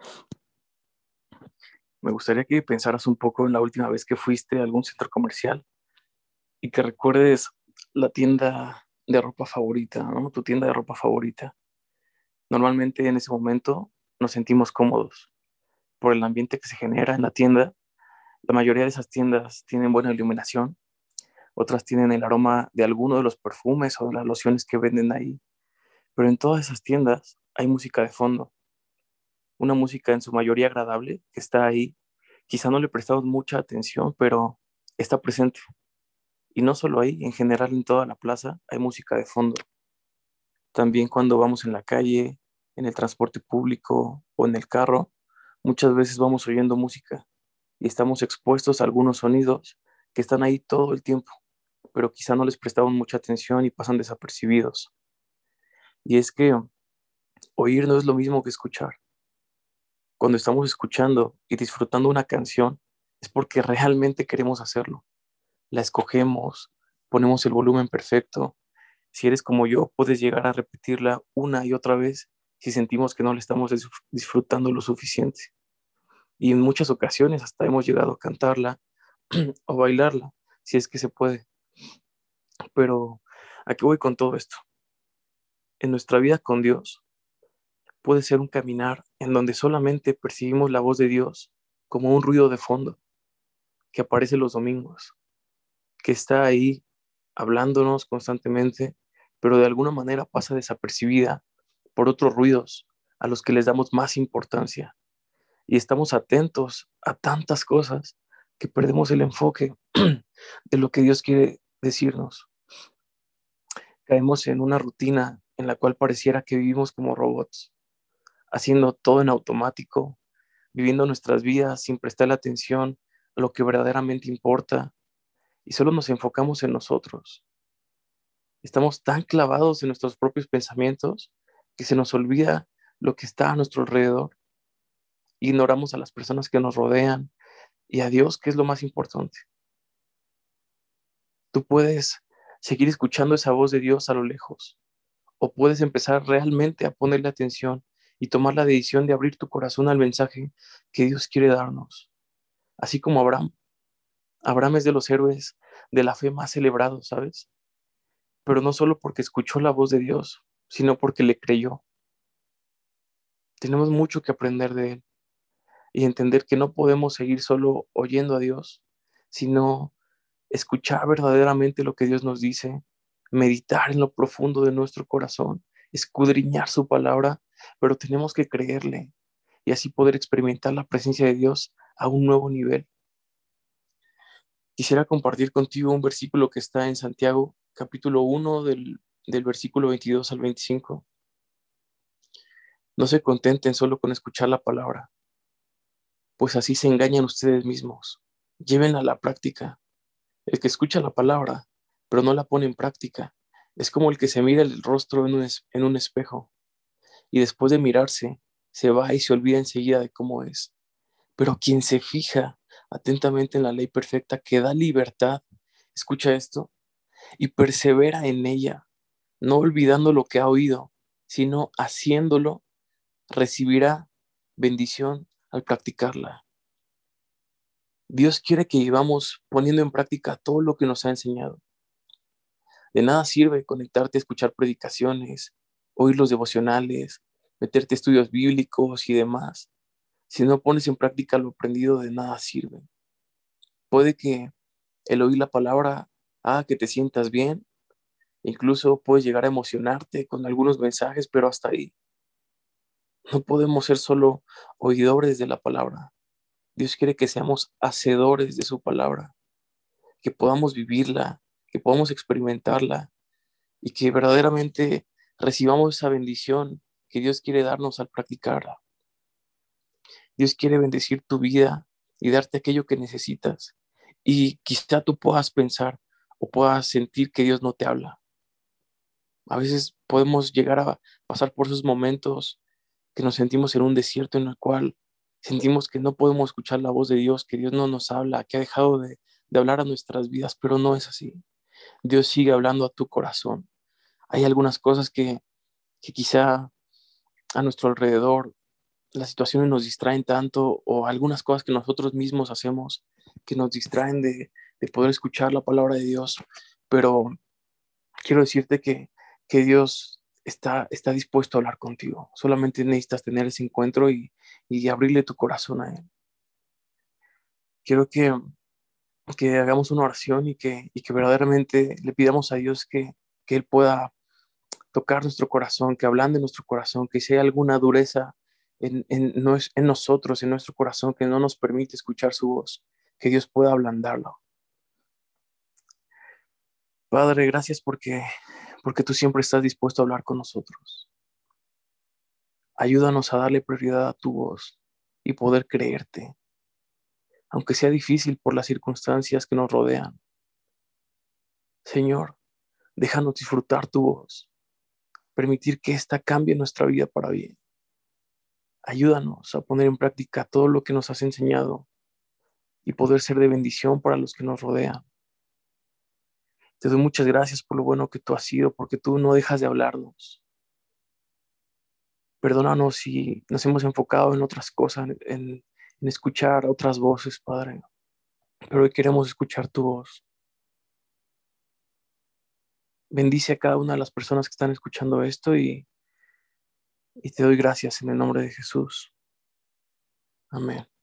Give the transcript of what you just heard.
Me gustaría que pensaras un poco en la última vez que fuiste a algún centro comercial y que recuerdes la tienda de ropa favorita, ¿no? Tu tienda de ropa favorita. Normalmente en ese momento nos sentimos cómodos por el ambiente que se genera en la tienda. La mayoría de esas tiendas tienen buena iluminación, otras tienen el aroma de alguno de los perfumes o de las lociones que venden ahí, pero en todas esas tiendas hay música de fondo, una música en su mayoría agradable que está ahí. Quizá no le prestamos mucha atención, pero está presente. Y no solo ahí, en general en toda la plaza hay música de fondo. También cuando vamos en la calle, en el transporte público o en el carro, muchas veces vamos oyendo música y estamos expuestos a algunos sonidos que están ahí todo el tiempo, pero quizá no les prestamos mucha atención y pasan desapercibidos. Y es que oír no es lo mismo que escuchar. Cuando estamos escuchando y disfrutando una canción, es porque realmente queremos hacerlo. La escogemos, ponemos el volumen perfecto. Si eres como yo, puedes llegar a repetirla una y otra vez si sentimos que no le estamos disfrutando lo suficiente. Y en muchas ocasiones hasta hemos llegado a cantarla o bailarla, si es que se puede. Pero ¿a qué voy con todo esto? En nuestra vida con Dios puede ser un caminar en donde solamente percibimos la voz de Dios como un ruido de fondo que aparece los domingos, que está ahí hablándonos constantemente, pero de alguna manera pasa desapercibida por otros ruidos a los que les damos más importancia y estamos atentos a tantas cosas que perdemos el enfoque de lo que Dios quiere decirnos. Caemos en una rutina en la cual pareciera que vivimos como robots, haciendo todo en automático, viviendo nuestras vidas sin prestar atención a lo que verdaderamente importa y solo nos enfocamos en nosotros. Estamos tan clavados en nuestros propios pensamientos que se nos olvida lo que está a nuestro alrededor. Ignoramos a las personas que nos rodean y a Dios, que es lo más importante. Tú puedes seguir escuchando esa voz de Dios a lo lejos o puedes empezar realmente a ponerle atención y tomar la decisión de abrir tu corazón al mensaje que Dios quiere darnos. Así como Abraham. Abraham es de los héroes de la fe más celebrados, ¿sabes? Pero no solo porque escuchó la voz de Dios, sino porque le creyó. Tenemos mucho que aprender de él y entender que no podemos seguir solo oyendo a Dios, sino escuchar verdaderamente lo que Dios nos dice, meditar en lo profundo de nuestro corazón, escudriñar su palabra, pero tenemos que creerle y así poder experimentar la presencia de Dios a un nuevo nivel. Quisiera compartir contigo un versículo que está en Santiago, capítulo 1 del versículo 22 al 25. No se contenten solo con escuchar la palabra, pues así se engañan ustedes mismos. Lleven a la práctica. El que escucha la palabra, pero no la pone en práctica, es como el que se mira el rostro en un espejo y después de mirarse, se va y se olvida enseguida de cómo es. Pero quien se fija atentamente en la ley perfecta que da libertad, escucha esto, y persevera en ella, no olvidando lo que ha oído, sino haciéndolo, recibirá bendición al practicarla. Dios quiere que vivamos poniendo en práctica todo lo que nos ha enseñado. De nada sirve conectarte a escuchar predicaciones, oír los devocionales, meterte a estudios bíblicos y demás. Si no pones en práctica lo aprendido, de nada sirve. Puede que el oír la palabra haga que te sientas bien, incluso puedes llegar a emocionarte con algunos mensajes, pero hasta ahí. No podemos ser solo oidores de la palabra. Dios quiere que seamos hacedores de su palabra, que podamos vivirla, que podamos experimentarla y que verdaderamente recibamos esa bendición que Dios quiere darnos al practicarla. Dios quiere bendecir tu vida y darte aquello que necesitas. Y quizá tú puedas pensar o puedas sentir que Dios no te habla. A veces podemos llegar a pasar por esos momentos que nos sentimos en un desierto en el cual sentimos que no podemos escuchar la voz de Dios, que Dios no nos habla, que ha dejado de hablar a nuestras vidas, pero no es así. Dios sigue hablando a tu corazón. Hay algunas cosas que quizá a nuestro alrededor las situaciones nos distraen tanto o algunas cosas que nosotros mismos hacemos que nos distraen de poder escuchar la palabra de Dios. Pero quiero decirte que Dios está dispuesto a hablar contigo. Solamente necesitas tener ese encuentro y abrirle tu corazón a Él. Quiero que hagamos una oración y que verdaderamente le pidamos a Dios que Él pueda tocar nuestro corazón, que ablande nuestro corazón, que si hay alguna dureza en nosotros, en nuestro corazón, que no nos permite escuchar su voz, que Dios pueda ablandarlo. Padre, gracias porque tú siempre estás dispuesto a hablar con nosotros. Ayúdanos a darle prioridad a tu voz y poder creerte, aunque sea difícil por las circunstancias que nos rodean. Señor, déjanos disfrutar tu voz, permitir que ésta cambie nuestra vida para bien. Ayúdanos a poner en práctica todo lo que nos has enseñado y poder ser de bendición para los que nos rodean. Te doy muchas gracias por lo bueno que tú has sido, porque tú no dejas de hablarnos. Perdónanos si nos hemos enfocado en otras cosas, en escuchar otras voces, Padre, pero hoy queremos escuchar tu voz. Bendice a cada una de las personas que están escuchando esto y te doy gracias en el nombre de Jesús. Amén.